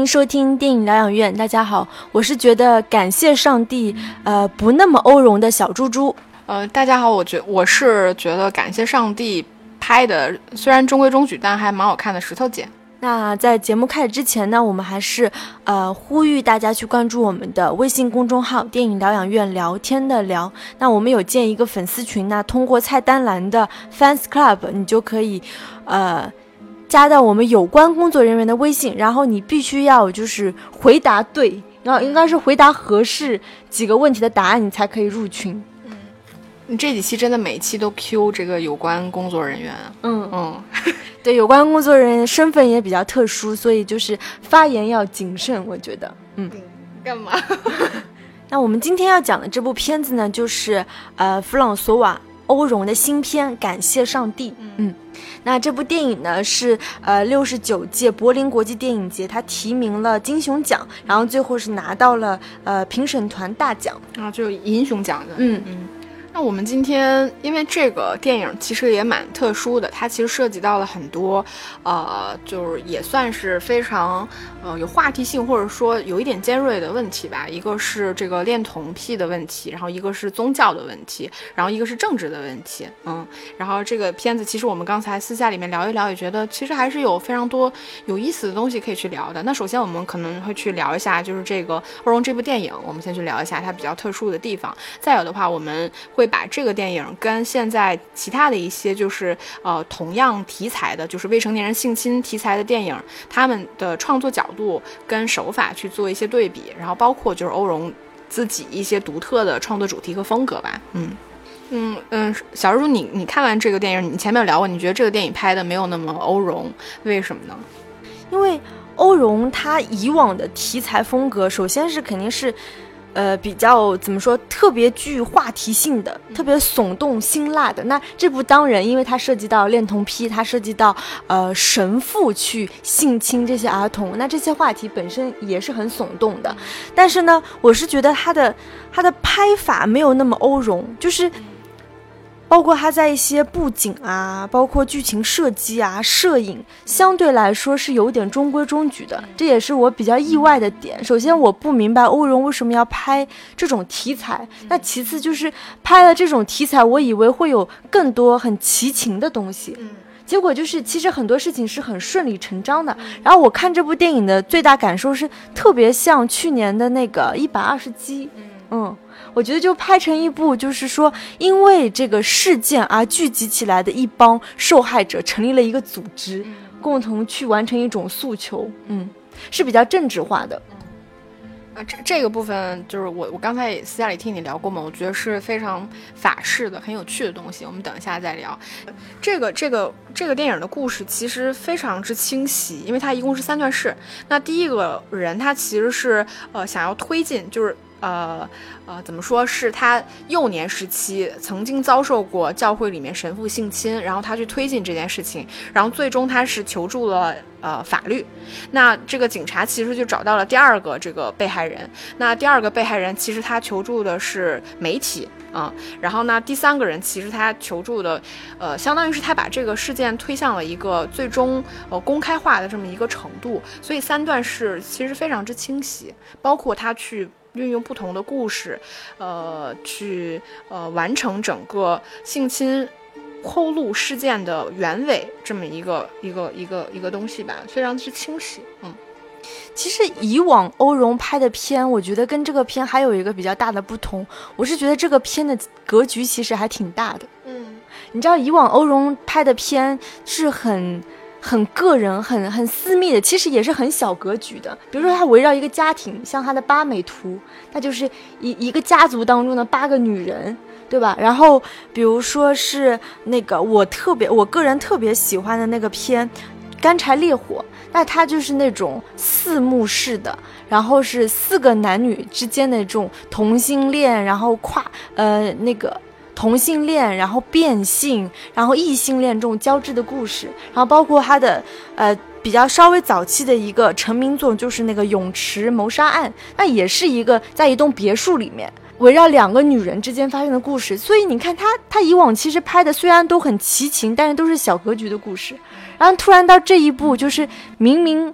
迎收听电影疗养院。大家好，我是觉得感谢上帝，不那么欧容的小猪猪。 大家好，我是觉得感谢上帝拍的，虽然中规中矩，但还蛮好看的石头姐。 那在节目开始之前呢，我们还是呼吁大家去关注我们的微信公众号电影疗养院聊天的聊。那我们有建一个粉丝群，那通过菜单栏的 Fans Club 你就可以加到我们有关工作人员的微信，然后你必须要就是回答对，然后应该是回答合适几个问题的答案，你才可以入群。 你这几期真的每一期都 Q 这个有关工作人员。 对，有关工作人员身份也比较特殊，所以就是发言要谨慎，我觉得。 干嘛？ 那我们今天要讲的这部片子呢，就是弗朗索瓦欧容的新片《感谢上帝》。那这部电影呢是69届柏林国际电影节，它提名了金熊奖，然后最后是拿到了评审团大奖， 然后就有银熊奖的。那我们今天因为这个电影其实也蛮特殊的，它其实涉及到了很多就是也算是非常有话题性，或者说有一点尖锐的问题吧。一个是这个恋童癖的问题，然后一个是宗教的问题，然后一个是政治的问题。然后这个片子其实我们刚才私下里面聊一聊，也觉得其实还是有非常多有意思的东西可以去聊的。那首先我们可能会去聊一下就是这个欧容这部电影，我们先去聊一下它比较特殊的地方。再有的话，我们会把这个电影跟现在其他的一些就是同样题材的，就是未成年人性侵题材的电影，他们的创作角度跟手法去做一些对比，然后包括就是欧容自己一些独特的创作主题和风格吧。小猪，你看完这个电影，你前面有聊过，你觉得这个电影拍的没有那么欧容，为什么呢？ 因为欧容他以往的题材风格，首先是肯定是比较怎么说，特别具话题性的，特别耸动辛辣的。那这部当然因为它涉及到恋童癖，它涉及到神父去性侵这些儿童，那这些话题本身也是很耸动的。但是呢，我是觉得它的拍法没有那么欧容，就是包括它在一些布景啊，包括剧情设计啊，摄影相对来说是有点中规中矩的，这也是我比较意外的点。首先我不明白欧容为什么要拍这种题材，那其次就是拍了这种题材，我以为会有更多很奇情的东西，结果就是其实很多事情是很顺理成章的。然后我看这部电影的最大感受是特别像去年的那个120集。我觉得就拍成一部就是说因为这个事件而聚集起来的一帮受害者成立了一个组织，共同去完成一种诉求，是比较政治化的。 这个部分就是我刚才也私下里听你聊过嘛，我觉得是非常法式的很有趣的东西，我们等一下再聊。这个电影的故事其实非常之清晰，因为它一共是3段式。那第一个人他其实是想要推进，就是怎么说，是他幼年时期曾经遭受过教会里面神父性侵，然后他去推进这件事情，然后最终他是求助了法律。那这个警察其实就找到了第二个这个被害人，那第二个被害人其实他求助的是媒体然后呢第三个人其实他求助的相当于是他把这个事件推向了一个最终公开化的这么一个程度，所以3段式其实非常之清晰，包括他去运用不同的故事去完成整个性侵抠录事件的原委这么一个东西吧，非常之清晰。 其实以往欧容拍的片，我觉得跟这个片还有一个比较大的不同，我是觉得这个片的格局其实还挺大的。你知道以往欧容拍的片是很个人很私密的，其实也是很小格局的。比如说他围绕一个家庭，像他的8美图，那就是一个家族当中的8个女人，对吧？然后比如说是那个我个人特别喜欢的那个片干柴烈火，那它就是那种4幕式的，然后是4个男女之间的这种同性恋，然后那个同性恋，然后变性，然后异性恋这种交织的故事。然后包括它的比较稍微早期的一个成名作就是那个泳池谋杀案，那也是一个在一栋别墅里面围绕2个女人之间发生的故事。所以你看他以往其实拍的虽然都很奇情，但是都是小格局的故事，然后突然到这一部就是明明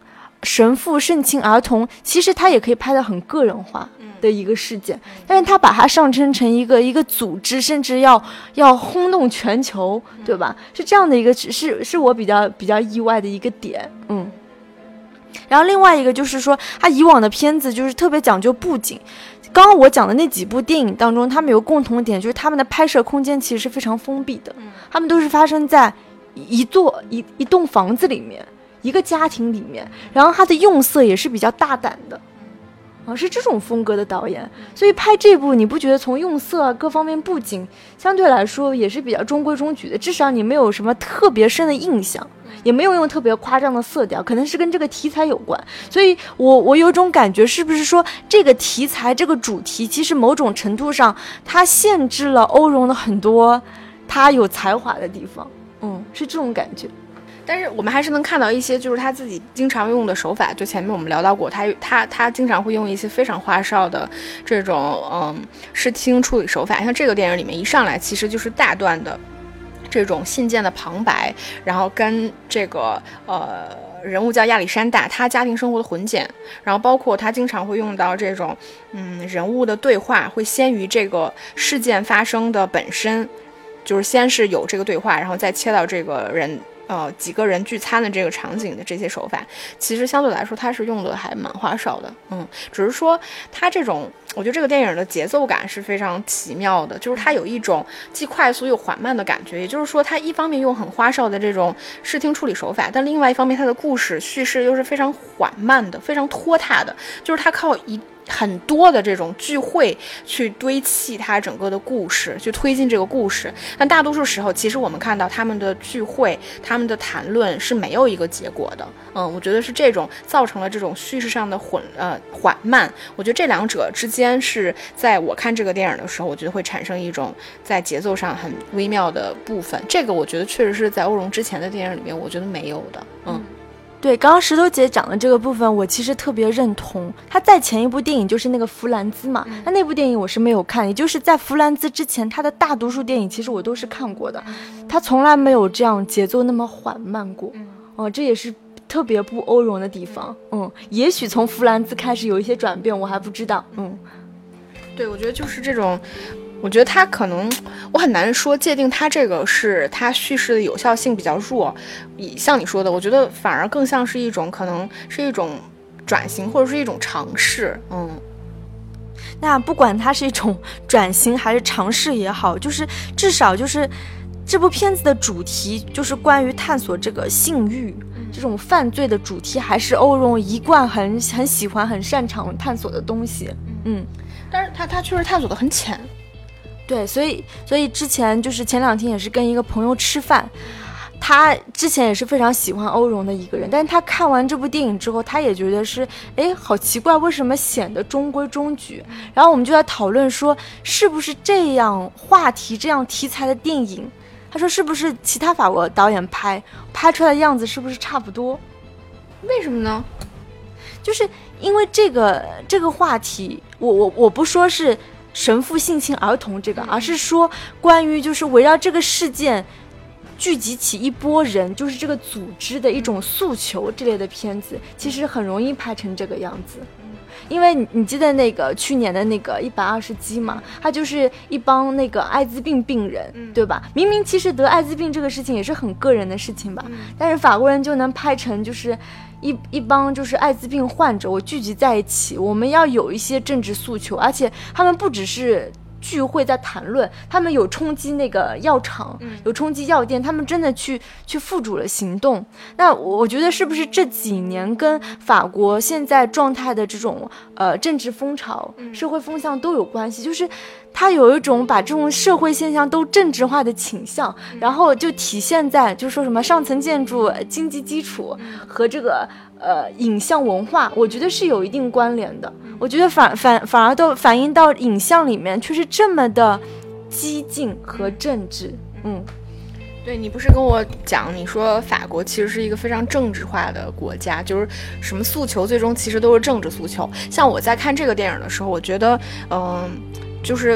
神父性侵儿童，其实他也可以拍得很个人化的一个事件，但是他把它上升成一个组织，甚至要轰动全球，对吧？是这样的一个，是我比较意外的一个点，然后另外一个就是说，他以往的片子就是特别讲究布景。刚刚我讲的那几部电影当中，他们有共同点，就是他们的拍摄空间其实是非常封闭的，他们都是发生在一栋房子里面，一个家庭里面，然后他的用色也是比较大胆的。是这种风格的导演，所以拍这部你不觉得从用色啊各方面布景相对来说也是比较中规中矩的，至少你没有什么特别深的印象，也没有用特别夸张的色调，可能是跟这个题材有关。所以我有种感觉，是不是说这个题材这个主题其实某种程度上它限制了欧容的很多他有才华的地方，是这种感觉。 但是我们还是能看到一些就是他自己经常用的手法，就前面我们聊到过，他经常会用一些非常花哨的这种视听处理手法，像这个电影里面一上来其实就是大段的这种信件的旁白，然后跟这个人物叫亚历山大，他家庭生活的混剪，然后包括他经常会用到这种人物的对话会先于这个事件发生的本身，就是先是有这个对话，然后再切到这个人几个人聚餐的这个场景的这些手法，其实相对来说它是用的还蛮花哨的，只是说它这种，我觉得这个电影的节奏感是非常奇妙的，就是它有一种既快速又缓慢的感觉，也就是说它一方面用很花哨的这种视听处理手法，但另外一方面它的故事叙事又是非常缓慢的，非常拖沓的，就是它靠很多的这种聚会去堆砌它整个的故事，去推进这个故事。但大多数时候其实我们看到他们的聚会，他们的谈论是没有一个结果的。我觉得是这种造成了这种叙事上的缓慢。我觉得这两者之间是在我看这个电影的时候，我觉得会产生一种在节奏上很微妙的部分。这个我觉得确实是在欧容之前的电影里面我觉得没有的。 对，刚刚石头姐讲的这个部分我其实特别认同。她在前一部电影就是那个弗兰兹嘛，那部电影我是没有看，也就是在弗兰兹之前她的大多数电影其实我都是看过的，她从来没有这样节奏那么缓慢过。这也是特别不欧容的地方。也许从弗兰兹开始有一些转变，我还不知道。 对，我觉得就是这种，我觉得他可能我很难说界定他这个是他叙事的有效性比较弱，像你说的，我觉得反而更像是一种可能是一种转型或者是一种尝试。 那不管它是一种转型还是尝试也好，就是至少就是这部片子的主题就是关于探索这个性欲，这种犯罪的主题还是欧容一贯很喜欢很擅长探索的东西。 但是他确实探索的很浅。 对，所以之前就是前2天也是跟一个朋友吃饭，他之前也是非常喜欢欧容的一个人，但是他看完这部电影之后，他也觉得是好奇怪，为什么显得中规中矩。然后我们就在讨论说，是不是这样话题这样题材的电影，他说是不是其他法国导演拍出来的样子是不是差不多？ 为什么呢？ 就是因为这个话题，我不说是神父性侵儿童这个，而是说关于就是围绕这个事件聚集起一波人，就是这个组织的一种诉求这类的片子，其实很容易拍成这个样子。因为你记得那个去年的那个120击嘛，他就是一帮那个艾滋病病人，对吧？明明其实得艾滋病这个事情也是很个人的事情吧，但是法国人就能拍成就是一帮就是艾滋病患者，我聚集在一起，我们要有一些政治诉求，而且他们不只是聚会在谈论，他们有冲击那个药厂，有冲击药店，他们真的去付诸了行动。那我觉得是不是这几年跟法国现在状态的这种政治风潮、社会风向都有关系，就是他有一种把这种社会现象都政治化的倾向，然后就体现在就说什么上层建筑、经济基础和这个影像文化，我觉得是有一定关联的。我觉得反而都反映到影像里面却是这么的激进和政治。 对，你不是跟我讲，你说法国其实是一个非常政治化的国家，就是什么诉求最终其实都是政治诉求。像我在看这个电影的时候，我觉得就是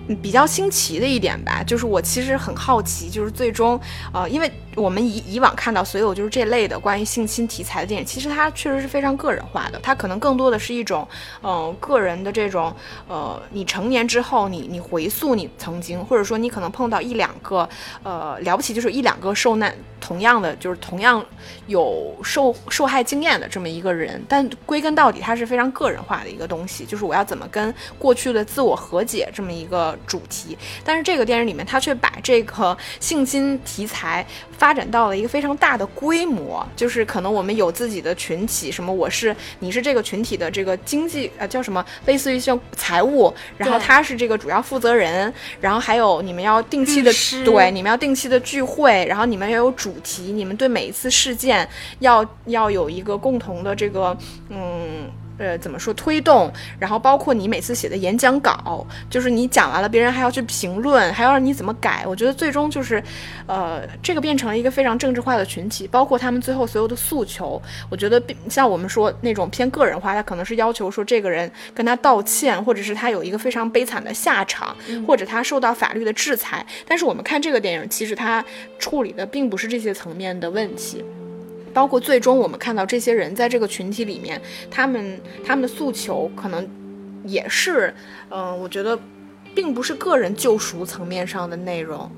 比较新奇的一点吧，就是我其实很好奇，就是最终因为我们以往看到所有就是这类的关于性侵题材的电影，其实它确实是非常个人化的，它可能更多的是一种个人的这种你成年之后你回溯你曾经，或者说你可能碰到一两个了不起就是一两个受难同样有受害经验的这么一个人，但归根到底它是非常个人化的一个东西，就是我要怎么跟过去的自我和解这么一个主题。但是这个电影里面它却把这个性侵题材发展到了一个非常大的规模，就是可能我们有自己的群体，什么你是这个群体的这个经济叫什么，类似于像财务，然后他是这个主要负责人，然后还有你们要定期的你们要定期的聚会，然后你们要有主题，你们对每一次事件要有一个共同的这个怎么说推动，然后包括你每次写的演讲稿，就是你讲完了别人还要去评论，还要让你怎么改。我觉得最终就是这个变成了一个非常政治化的群体，包括他们最后所有的诉求，我觉得像我们说那种偏个人化，他可能是要求说这个人跟他道歉，或者是他有一个非常悲惨的下场，或者他受到法律的制裁。但是我们看这个电影，其实他处理的并不是这些层面的问题，包括最终我们看到这些人在这个群体里面，他们的诉求可能也是我觉得并不是个人救赎层面上的内容。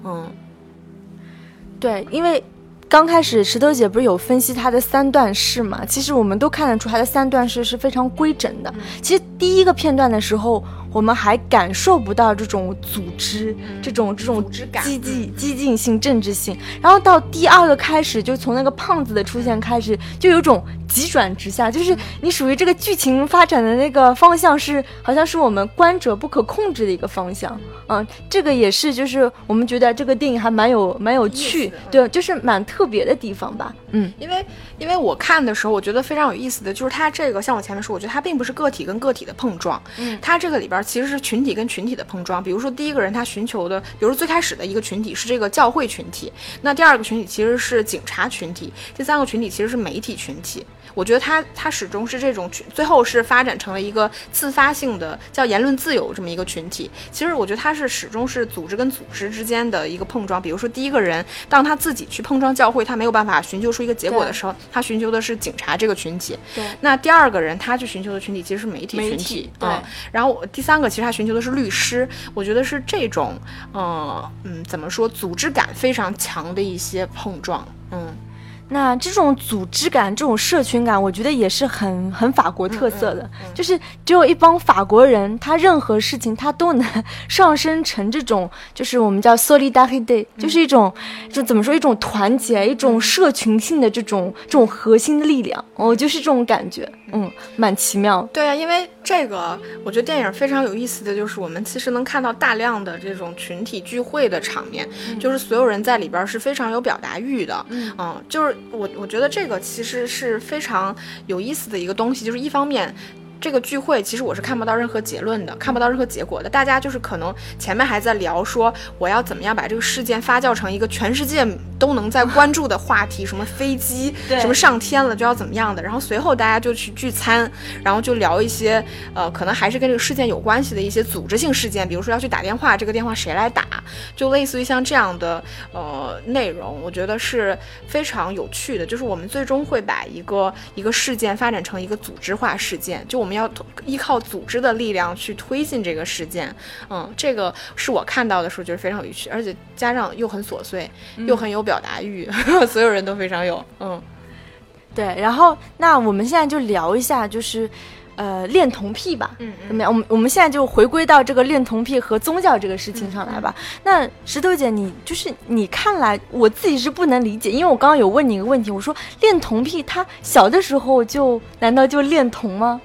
对，因为刚开始石头姐不是有分析她的3段式嘛，其实我们都看得出她的3段式是非常规整的。其实第一个片段的时候我们还感受不到这种组织，这种组织感、 激进性、政治性，然后到第2个开始，就从那个胖子的出现开始，就有种急转直下，就是你属于这个剧情发展的那个方向是好像是我们观者不可控制的一个方向。这个也是就是我们觉得这个电影还蛮有趣，对，就是蛮特别的地方吧。 因为我看的时候我觉得非常有意思的就是它这个像我前面说，我觉得它并不是个体跟个体的碰撞，它这个里边其实是群体跟群体的碰撞。比如说第一个人他寻求的，比如说最开始的一个群体是这个教会群体，那第2个群体其实是警察群体，第3个群体其实是媒体群体。我觉得它始终是这种最后是发展成了一个自发性的叫言论自由这么一个群体。其实我觉得它是始终是组织跟组织之间的一个碰撞。比如说第一个人当他自己去碰撞教会，他没有办法寻求出一个结果的时候，他寻求的是警察这个群体。 对， 那第2个人他去寻求的群体其实是媒体群体。 对， 然后第3个其实他寻求的是律师。我觉得是这种怎么说，组织感非常强的一些碰撞。 那这种组织感，这种社群感，我觉得也是很法国特色的。就是只有一帮法国人，他任何事情他都能上升成这种，就是我们叫 solidarité，就是一种就怎么说，一种团结，一种社群性的这种核心的力量。就是这种感觉，蛮奇妙。 对啊，因为这个我觉得电影非常有意思的就是我们其实能看到大量的这种群体聚会的场面，就是所有人在里边是非常有表达欲的。就是我觉得这个其实是非常有意思的一个东西，就是一方面这个聚会其实我是看不到任何结论的，看不到任何结果的，大家就是可能前面还在聊说我要怎么样把这个事件发酵成一个全世界都能在关注的话题，什么飞机什么上天了就要怎么样的，然后随后大家就去聚餐，然后就聊一些可能还是跟这个事件有关系的一些组织性事件，比如说要去打电话，这个电话谁来打，就类似于像这样的内容，我觉得是非常有趣的。就是我们最终会把一个事件发展成一个组织化事件，就我们要依靠组织的力量去推进这个事件。这个是我看到的时候觉得非常有趣，而且加上又很琐碎，又很有表达欲，所有人都非常有。 对，然后那我们现在就聊一下就是恋童癖吧。怎么样？我们现在就回归到这个恋童癖和宗教这个事情上来吧。那石头姐，你看来我自己是不能理解，因为我刚刚有问你一个问题，我说恋童癖他小的时候难道就恋童吗？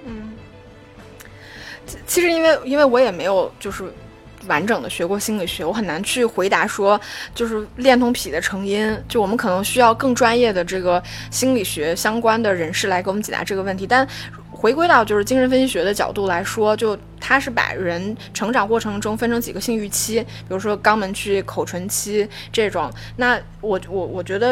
其实因为我也没有就是完整的学过心理学，我很难去回答说就是恋童癖的成因，就我们可能需要更专业的这个心理学相关的人士来给我们解答这个问题。但回归到就是精神分析学的角度来说，就它是把人成长过程中分成几个性欲期，比如说肛门期、口唇期这种。那我觉得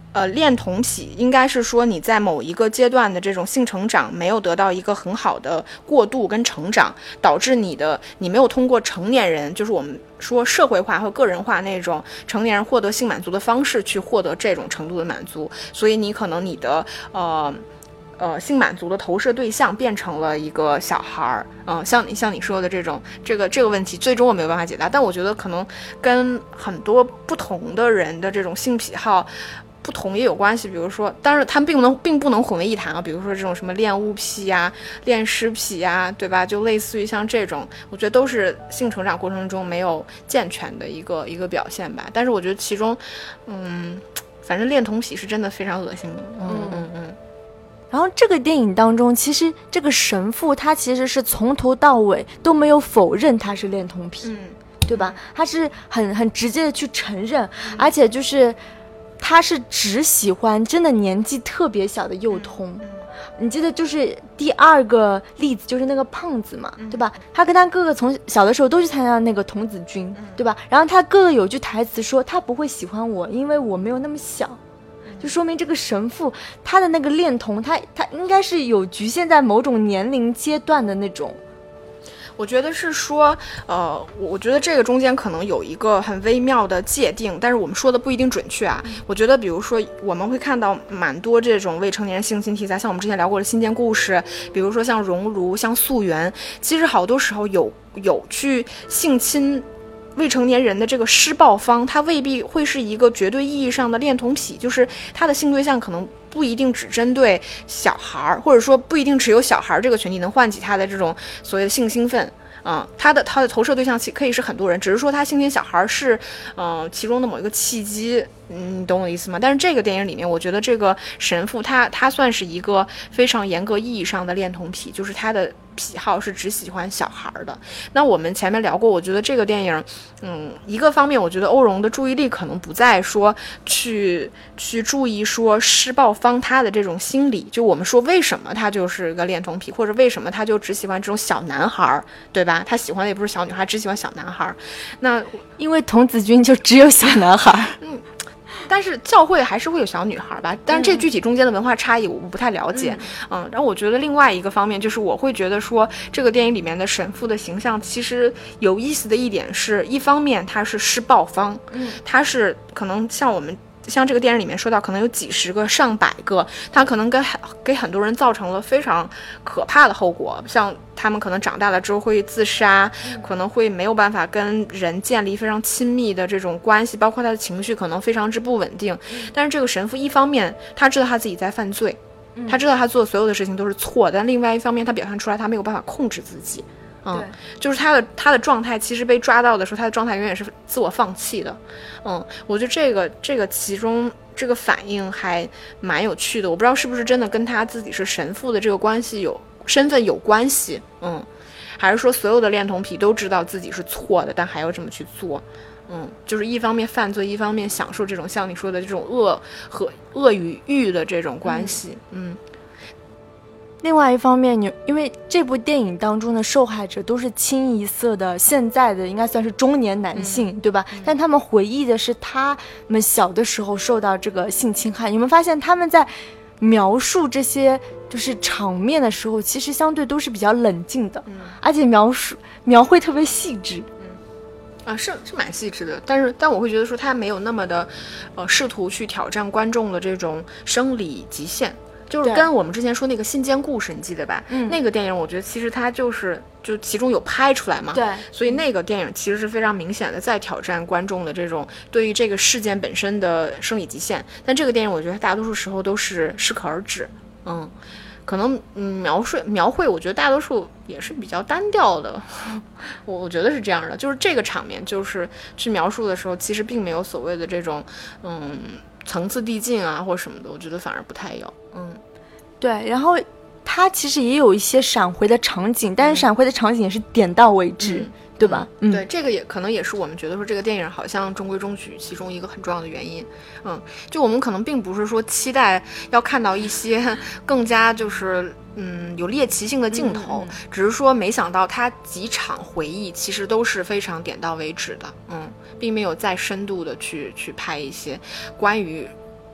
恋童癖应该是说你在某一个阶段的这种性成长没有得到一个很好的过渡跟成长，导致你没有通过成年人，就是我们说社会化或个人化那种成年人获得性满足的方式去获得这种程度的满足，所以你可能你的性满足的投射对象变成了一个小孩儿，像你说的这个问题，最终我没有办法解答，但我觉得可能跟很多不同的人的这种性癖好不同也有关系，比如说，但是他们并不能混为一谈啊。比如说这种什么恋物癖呀、恋尸癖呀，对吧？就类似于像这种，我觉得都是性成长过程中没有健全的一个表现吧。但是我觉得其中，反正恋童癖是真的非常恶心的。 然后这个电影当中，其实这个神父他其实是从头到尾都没有否认他是恋童癖，对吧？他是很直接的去承认，而且就是他是只喜欢真的年纪特别小的幼童。你记得就是第二个例子就是那个胖子嘛，对吧？他跟他哥哥从小的时候都去参加那个童子军，对吧？然后他哥哥有句台词说他不会喜欢我，因为我没有那么小。就说明这个神父他的那个恋童，他应该是有局限在某种年龄阶段的那种。 我觉得是说，我觉得这个中间可能有一个很微妙的界定，但是我们说的不一定准确啊。我觉得，比如说我们会看到蛮多这种未成年人性侵题材，像我们之前聊过的新建故事，比如说像熔炉、像溯源，其实好多时候有去性侵未成年人的这个施暴方，他未必会是一个绝对意义上的恋童癖，就是他的性对象可能不一定只针对小孩，或者说不一定只有小孩这个群体能唤起他的这种所谓的性兴奋。他的投射对象可以是很多人，只是说他性侵小孩是其中的某一个契机，你懂我的意思吗？但是这个电影里面，我觉得这个神父他算是一个非常严格意义上的恋童癖，就是他的癖好是只喜欢小孩的。那我们前面聊过，我觉得这个电影一个方面我觉得欧荣的注意力可能不在说去注意说施暴方他的这种心理，就我们说为什么他就是个恋童癖，或者为什么他就只喜欢这种小男孩，对吧？他喜欢的也不是小女孩，只喜欢小男孩。那因为童子军就只有小男孩但是教会还是会有小女孩吧，但是这具体中间的文化差异我不太了解。然后我觉得另外一个方面就是我会觉得说这个电影里面的神父的形象其实有意思的一点是，一方面他是施暴方，他是可能像这个电影里面说到可能有几十个上百个，他可能给很多人造成了非常可怕的后果，像他们可能长大了之后会自杀，可能会没有办法跟人建立非常亲密的这种关系，包括他的情绪可能非常之不稳定。但是这个神父一方面他知道他自己在犯罪，他知道他做的所有的事情都是错的，但另外一方面他表现出来他没有办法控制自己。就是他的状态其实被抓到的时候，他的状态永远是自我放弃的。我觉得这个其中这个反应还蛮有趣的，我不知道是不是真的跟他自己是神父的这个关系身份有关系，还是说所有的恋童癖都知道自己是错的，但还要这么去做。就是一方面犯罪，一方面享受这种像你说的这种恶与欲的这种关系。 另外一方面，因为这部电影当中的受害者都是清一色的现在的应该算是中年男性，对吧？但他们回忆的是他们小的时候受到这个性侵害。你们发现他们在描述这些就是场面的时候，其实相对都是比较冷静的，而且描绘特别细致。 是蛮细致的，但我会觉得说他没有那么的试图去挑战观众的这种生理极限。就是跟我们之前说那个信件故事你记得吧？那个电影我觉得其实它就其中有拍出来嘛， 对， 所以那个电影其实是非常明显的在挑战观众的这种对于这个事件本身的生理极限。但这个电影我觉得大多数时候都是适可而止。可能描绘我觉得大多数也是比较单调的，我觉得是这样的，就是这个场面就是去描述的时候其实并没有所谓的这种层次递进啊或什么的，我觉得反而不太有。 对，然后它其实也有一些闪回的场景，但是闪回的场景也是点到为止，对吧？ 对，这个也可能也是我们觉得说这个电影好像中规中矩其中一个很重要的原因。就我们可能并不是说期待要看到一些更加就是有猎奇性的镜头，只是说没想到它几场回忆其实都是非常点到为止的，并没有再深度的去拍一些关于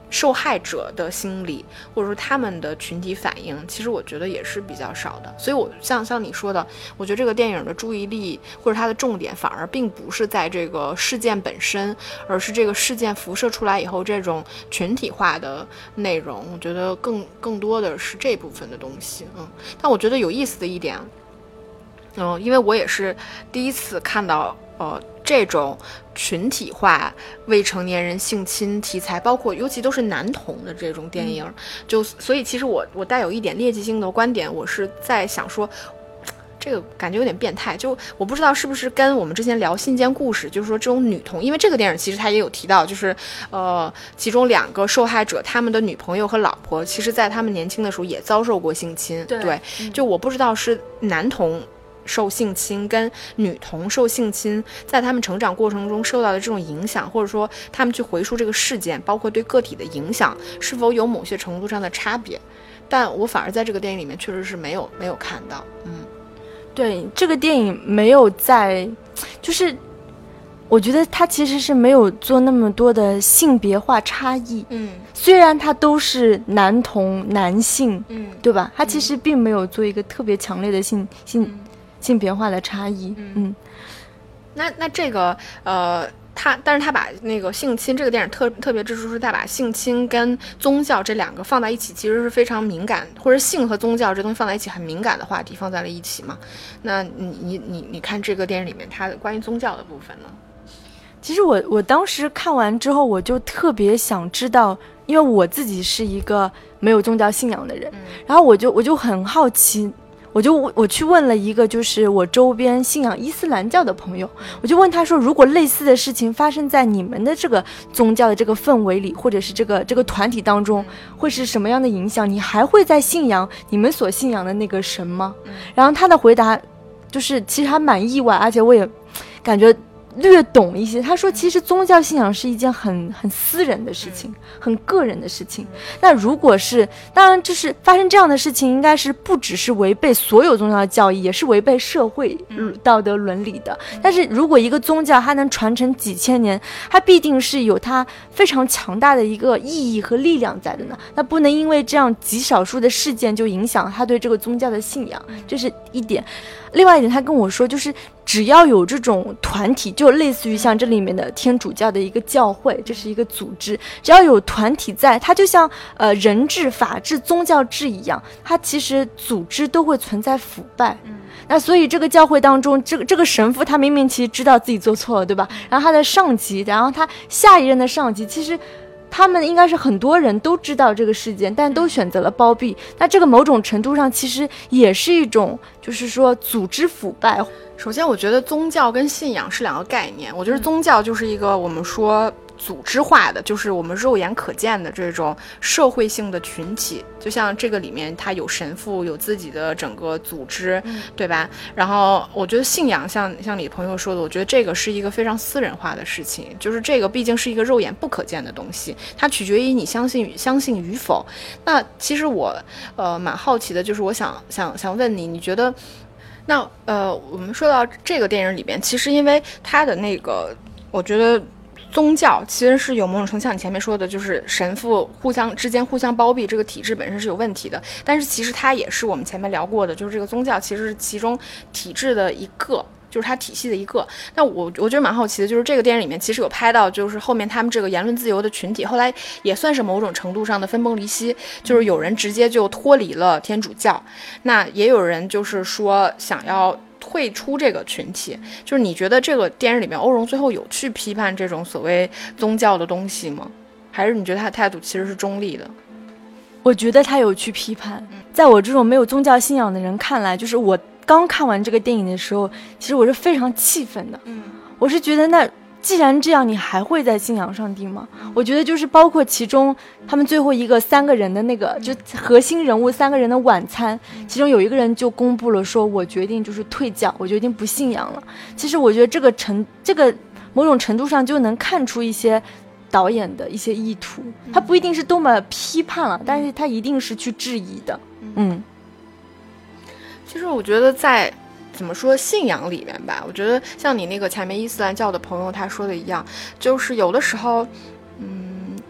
受害者的心理，或者说他们的群体反应，其实我觉得也是比较少的。所以我像你说的，我觉得这个电影的注意力或者它的重点反而并不是在这个事件本身，而是这个事件辐射出来以后这种群体化的内容，我觉得更多的是这部分的东西。但我觉得有意思的一点，因为我也是第一次看到这种群体化未成年人性侵题材，包括尤其都是男童的这种电影，所以其实我带有一点猎奇性的观点，我是在想说，这个感觉有点变态，就我不知道是不是跟我们之前聊信件故事，就是说这种女童，因为这个电影其实它也有提到，就是其中2个受害者他们的女朋友和老婆，其实在他们年轻的时候也遭受过性侵，对，就我不知道是男童受性侵跟女童受性侵在他们成长过程中受到的这种影响，或者说他们去回溯这个事件包括对个体的影响是否有某些程度上的差别，但我反而在这个电影里面确实是没有看到。 对，这个电影没有在，就是我觉得它其实是没有做那么多的性别化差异。虽然它都是男童男性，对吧？它其实并没有做一个特别强烈的性别化的差异。 那这个但是他把那个性侵这个电影特别之处是他把性侵跟宗教这2个放在一起，其实是非常敏感，或者性和宗教这东西放在一起很敏感的话题放在了一起嘛。那你看这个电影里面它关于宗教的部分呢？ 其实我当时看完之后，我就特别想知道，因为我自己是一个没有宗教信仰的人，然后我就很好奇。我去问了一个就是我周边信仰伊斯兰教的朋友，我就问他说，如果类似的事情发生在你们的这个宗教的这个氛围里，或者是这个团体当中，会是什么样的影响？你还会再信仰你们所信仰的那个神吗？然后他的回答就是其实还蛮意外，而且我也感觉略懂一些。他说其实宗教信仰是一件很私人的事情，很个人的事情。那如果是当然就是发生这样的事情，应该是不只是违背所有宗教的教义，也是违背社会道德伦理的。但是如果一个宗教它能传承几千年，它必定是有它非常强大的一个意义和力量在的呢。那不能因为这样极少数的事件就影响他对这个宗教的信仰，这是一点。另外一点，他跟我说，就是只要有这种团体，就类似于像这里面的天主教的一个教会，这是一个组织，只要有团体在，它就像人治、法治、宗教治一样，它其实组织都会存在腐败。那所以这个教会当中，这个神父他明明其实知道自己做错了，对吧？然后他的上级，然后他下一任的上级，其实他们应该是很多人都知道这个事件，但都选择了包庇。那这个某种程度上其实也是一种就是说组织腐败。 首先我觉得宗教跟信仰是2个概念，我觉得宗教就是一个我们说组织化的，就是我们肉眼可见的这种社会性的群体，就像这个里面它有神父，有自己的整个组织，对吧？然后我觉得信仰像你朋友说的，我觉得这个是一个非常私人化的事情，就是这个毕竟是一个肉眼不可见的东西，它取决于你相信与否。那其实我蛮好奇的，就是我想问你觉得那我们说到这个电影里边，其实因为它的那个我觉得宗教其实是有某种程度像你前面说的，就是神父之间互相包庇，这个体制本身是有问题的。但是其实它也是我们前面聊过的，就是这个宗教其实是其中体制的一个，就是它体系的一个。那我觉得蛮好奇的，就是这个电影里面其实有拍到，就是后面他们这个言论自由的群体，后来也算是某种程度上的分崩离析，就是有人直接就脱离了天主教，那也有人就是说想要退出这个群体。就是你觉得这个电影里面欧荣最后有去批判这种所谓宗教的东西吗？还是你觉得他的态度其实是中立的？ 我觉得他有去批判。在我这种没有宗教信仰的人看来，就是我刚看完这个电影的时候，其实我是非常气愤的。我是觉得那既然这样，你还会再信仰上帝吗？我觉得就是包括其中他们最后一个3个人的那个就核心人物3个人的晚餐，其中有一个人就公布了说，我决定就是退教，我决定不信仰了。其实我觉得这个某种程度上就能看出一些导演的一些意图，他不一定是多么批判了，但是他一定是去质疑的。 其实我觉得在怎么说信仰里面吧，我觉得像你那个前面伊斯兰教的朋友他说的一样，就是有的时候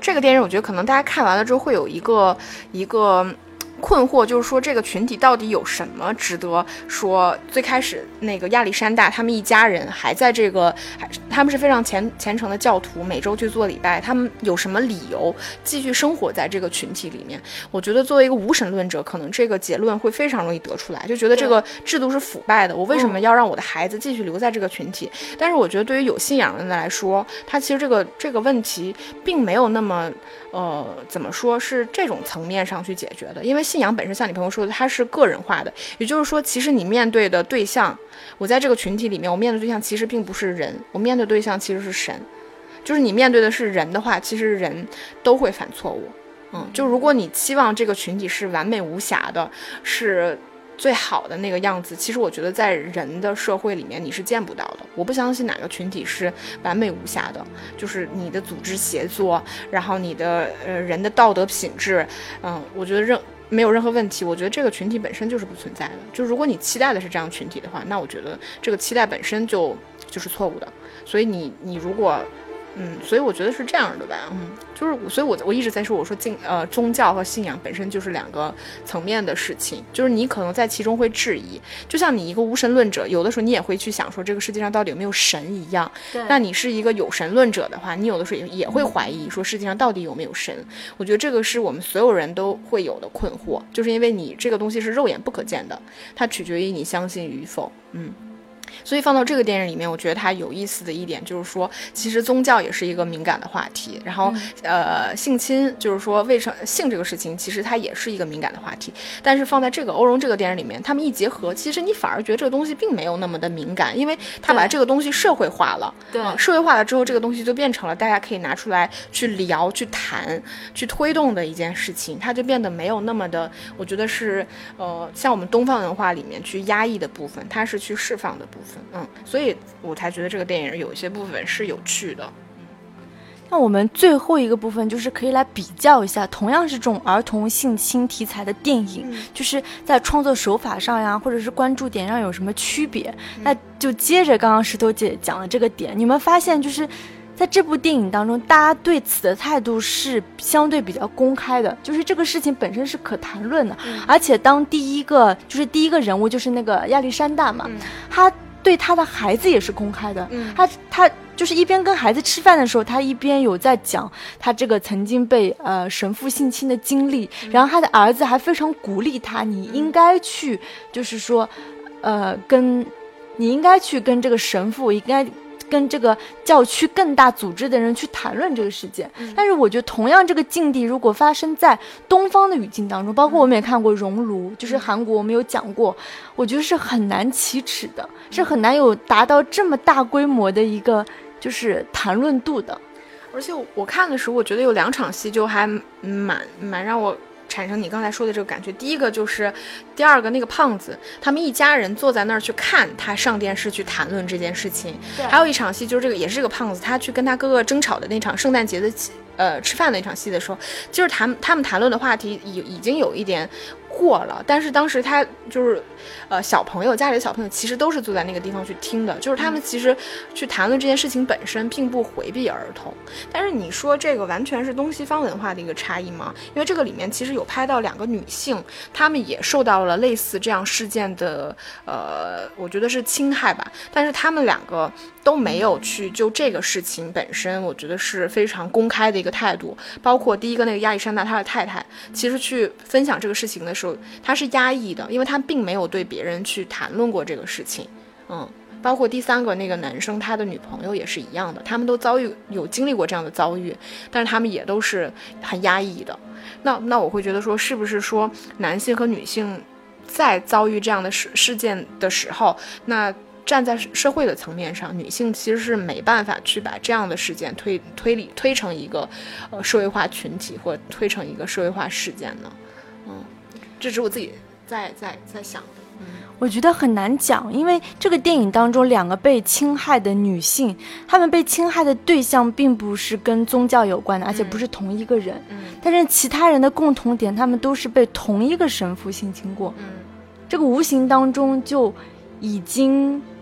这个电影我觉得可能大家看完了之后会有一个困惑，就是说这个群体到底有什么值得说最开始那个亚历山大他们一家人还在这个，他们是非常虔诚的教徒，每周去做礼拜，他们有什么理由继续生活在这个群体里面？我觉得作为一个无神论者，可能这个结论会非常容易得出来，就觉得这个制度是腐败的，我为什么要让我的孩子继续留在这个群体？但是我觉得对于有信仰的人来说，他其实这个问题并没有那么怎么说是这种层面上去解决的，因为信仰本身像你朋友说的，它是个人化的，也就是说，其实你面对的对象，我在这个群体里面，我面对对象其实并不是人，我面对对象其实是神。就是你面对的是人的话，其实人都会犯错误。就如果你期望这个群体是完美无瑕的，是最好的那个样子，其实我觉得在人的社会里面你是见不到的。我不相信哪个群体是完美无瑕的，就是你的组织协作，然后你的人的道德品质，我觉得没有任何问题。我觉得这个群体本身就是不存在的。就如果你期待的是这样群体的话，那我觉得这个期待本身就是错误的。所以你如果所以我觉得是这样的吧，所以我一直在说，我说宗教和信仰本身就是两个层面的事情，就是你可能在其中会质疑，就像你一个无神论者，有的时候你也会去想说这个世界上到底有没有神一样。那你是一个有神论者的话，你有的时候也会怀疑说世界上到底有没有神。我觉得这个是我们所有人都会有的困惑，就是因为你这个东西是肉眼不可见的，它取决于你相信与否。所以放到这个电影里面，我觉得它有意思的一点就是说，其实宗教也是一个敏感的话题，然后性侵，就是说为什么性这个事情，其实它也是一个敏感的话题。但是放在这个欧荣这个电影里面，他们一结合，其实你反而觉得这个东西并没有那么的敏感，因为他把这个东西社会化了。对，社会化了之后，这个东西就变成了大家可以拿出来去聊、去谈、去推动的一件事情，它就变得没有那么的，我觉得是像我们东方文化里面去压抑的部分，它是去释放的部分。所以我才觉得这个电影有一些部分是有趣的。 那我们最后一个部分就是可以来比较一下，同样是这种儿童性侵题材的电影，就是在创作手法上呀，或者是关注点上有什么区别。那就接着刚刚石头姐讲的这个点，你们发现就是在这部电影当中，大家对此的态度是相对比较公开的，就是这个事情本身是可谈论的。而且当第一个人物就是那个亚历山大嘛，他对他的孩子也是公开的。他就是一边跟孩子吃饭的时候，他一边有在讲他这个曾经被神父性侵的经历，然后他的儿子还非常鼓励他，你应该去就是说你应该去跟这个神父，应该跟这个教区更大组织的人去谈论这个事件。但是我觉得同样这个境地如果发生在东方的语境当中，包括我们也看过熔炉，就是韩国我们有讲过，我觉得是很难启齿的，是很难有达到这么大规模的一个就是谈论度的。 而且我看的时候，我觉得有2场戏就还蛮让我产生你刚才说的这个感觉。第一个就是第二个那个胖子，他们一家人坐在那儿去看他上电视去谈论这件事情。还有一场戏就是也是这个胖子，他去跟他哥哥争吵的那场圣诞节的吃饭的那场戏的时候，就是他们谈论的话题已经有一点过了，但是当时他就是家里的小朋友其实都是坐在那个地方去听的，就是他们其实去谈论这件事情本身并不回避儿童。但是你说这个完全是东西方文化的一个差异吗？因为这个里面其实有拍到2个女性，她们也受到了类似这样事件的我觉得是侵害吧，但是她们2个都没有去就这个事情本身，我觉得是非常公开的一个态度。包括第一个那个亚历山大他的太太，其实去分享这个事情的时候，他是压抑的，因为他并没有对别人去谈论过这个事情。包括第3个那个男生，他的女朋友也是一样的，他们都有经历过这样的遭遇，但是他们也都是很压抑的。那我会觉得说，是不是说男性和女性在遭遇这样的事件的时候，那站在社会的层面上，女性其实是没办法去把这样的事件推成一个社会化群体，或推成一个社会化事件呢？这是我自己在想的。 我觉得很难讲，因为这个电影当中2个被侵害的女性，她们被侵害的对象并不是跟宗教有关的，而且不是同一个人。但是其他人的共同点，他们都是被同一个神父性侵过。这个无形当中就已经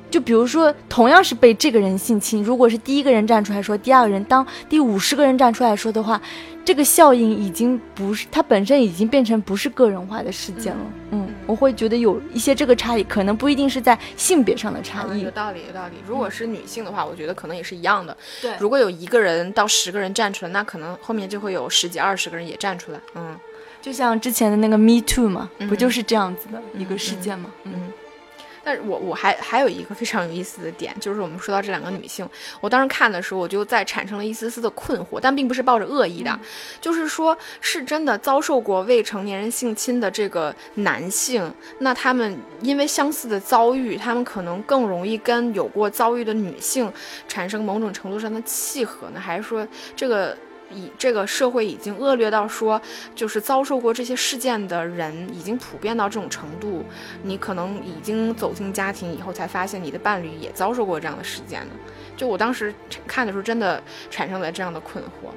就比如说同样是被这个人性侵，如果是第一个人站出来说，第二个人当第50个人站出来说的话，这个效应已经不是，它本身已经变成不是个人化的事件了。我会觉得有一些这个差异，可能不一定是在性别上的差异。 有道理。如果是女性的话，我觉得可能也是一样的。 对， 如果有1个人到10个人站出来，那可能后面就会有10几20个人也站出来。 就像之前的那个 Me Too 嘛，不就是这样子的一个事件吗？ 但是我还有一个非常有意思的点，就是我们说到这2个女性，我当时看的时候，我就在产生了一丝丝的困惑，但并不是抱着恶意的，就是说是真的遭受过未成年人性侵的这个男性，那他们因为相似的遭遇，他们可能更容易跟有过遭遇的女性产生某种程度上的契合呢，还是说这个社会已经恶劣到说，就是遭受过这些事件的人已经普遍到这种程度，你可能已经走进家庭以后才发现你的伴侣也遭受过这样的事件呢？就我当时看的时候，真的产生了这样的困惑。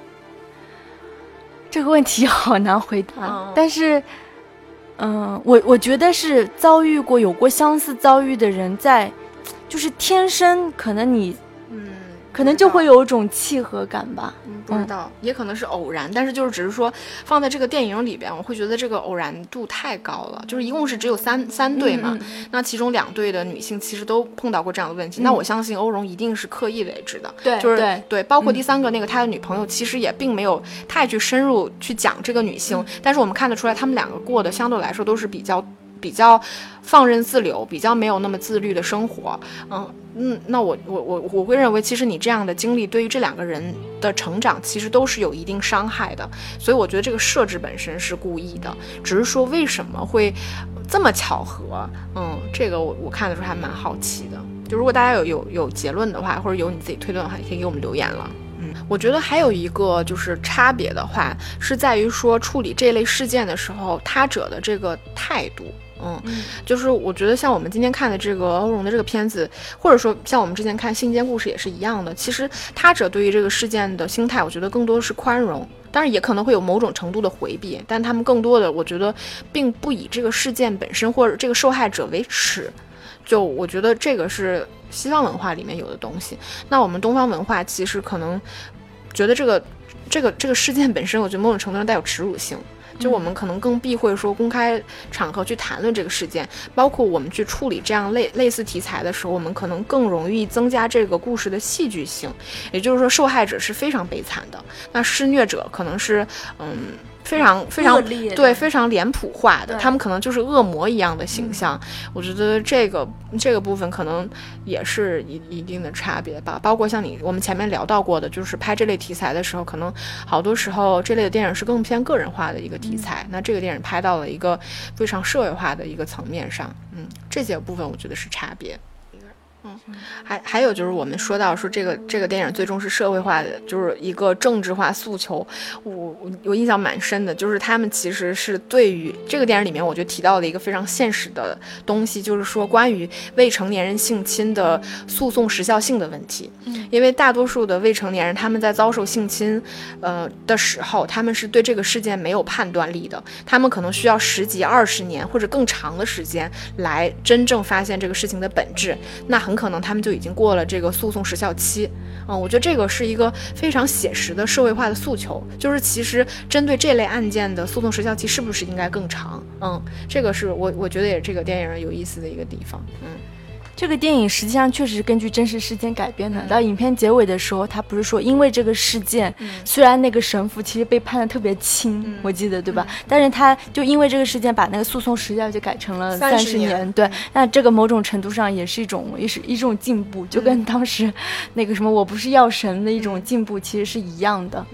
这个问题好难回答，但是，我觉得是遭遇过有过相似遭遇的人在，就是天生可能你。可能就会有一种契合感吧， 不知道，也可能是偶然，但是就是只是说放在这个电影里边，我会觉得这个偶然度太高了，就是一共是只有三对嘛，那其中2对的女性其实都碰到过这样的问题，那我相信欧荣一定是刻意为之的， 对， 就是对，包括第3个那个他的女朋友，其实也并没有太去深入去讲这个女性，但是我们看得出来，他们2个过的相对来说都是比较放任自流，比较没有那么自律的生活，那我会认为，其实你这样的经历对于这2个人的成长，其实都是有一定伤害的。所以我觉得这个设置本身是故意的，只是说为什么会这么巧合？这个我看的时候还蛮好奇的。就如果大家有结论的话，或者有你自己推断的话，也可以给我们留言了。我觉得还有一个就是差别的话，是在于说处理这类事件的时候，他者的这个态度。就是我觉得像我们今天看的这个欧荣的这个片子，或者说像我们之前看《信间故事》也是一样的，其实他者对于这个事件的心态，我觉得更多的是宽容，当然也可能会有某种程度的回避，但他们更多的我觉得并不以这个事件本身或者这个受害者为耻，就我觉得这个是西方文化里面有的东西。那我们东方文化其实可能觉得这个事件本身，我觉得某种程度上带有耻辱性。就我们可能更避讳说公开场合去谈论这个事件，包括我们去处理这样类似题材的时候，我们可能更容易增加这个故事的戏剧性。也就是说，受害者是非常悲惨的，那施虐者可能是非常对非常脸谱化的，他们可能就是恶魔一样的形象。我觉得这个部分可能也是一定的差别吧。包括像我们前面聊到过的，就是拍这类题材的时候，可能好多时候这类的电影是更偏个人化的一个题材，那这个电影拍到了一个非常社会化的一个层面上，这些部分我觉得是差别。还有就是我们说到说这个电影最终是社会化的，就是一个政治化诉求，我印象蛮深的，就是他们其实是对于这个电影里面我觉得提到了一个非常现实的东西，就是说关于未成年人性侵的诉讼时效性的问题。因为大多数的未成年人他们在遭受性侵的时候，他们是对这个事件没有判断力的，他们可能需要10几20年或者更长的时间来真正发现这个事情的本质，那很可能他们就已经过了这个诉讼时效期。我觉得这个是一个非常写实的社会化的诉求，就是其实针对这类案件的诉讼时效期是不是应该更长。这个是我觉得也是这个电影有意思的一个地方。 这个电影实际上确实是根据真实事件改编的。到影片结尾的时候，他不是说因为这个事件，虽然那个神父其实被判得特别轻，我记得对吧？但是他就因为这个事件把那个诉讼时效就改成了30年。对，那这个某种程度上也是一种进步，就跟当时那个什么我不是药神的一种进步其实是一样的。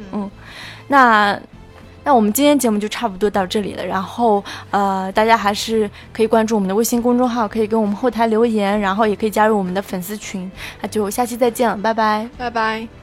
那我们今天节目就差不多到这里了，然后大家还是可以关注我们的微信公众号，可以跟我们后台留言，然后也可以加入我们的粉丝群，那就下期再见了，拜拜。 拜拜。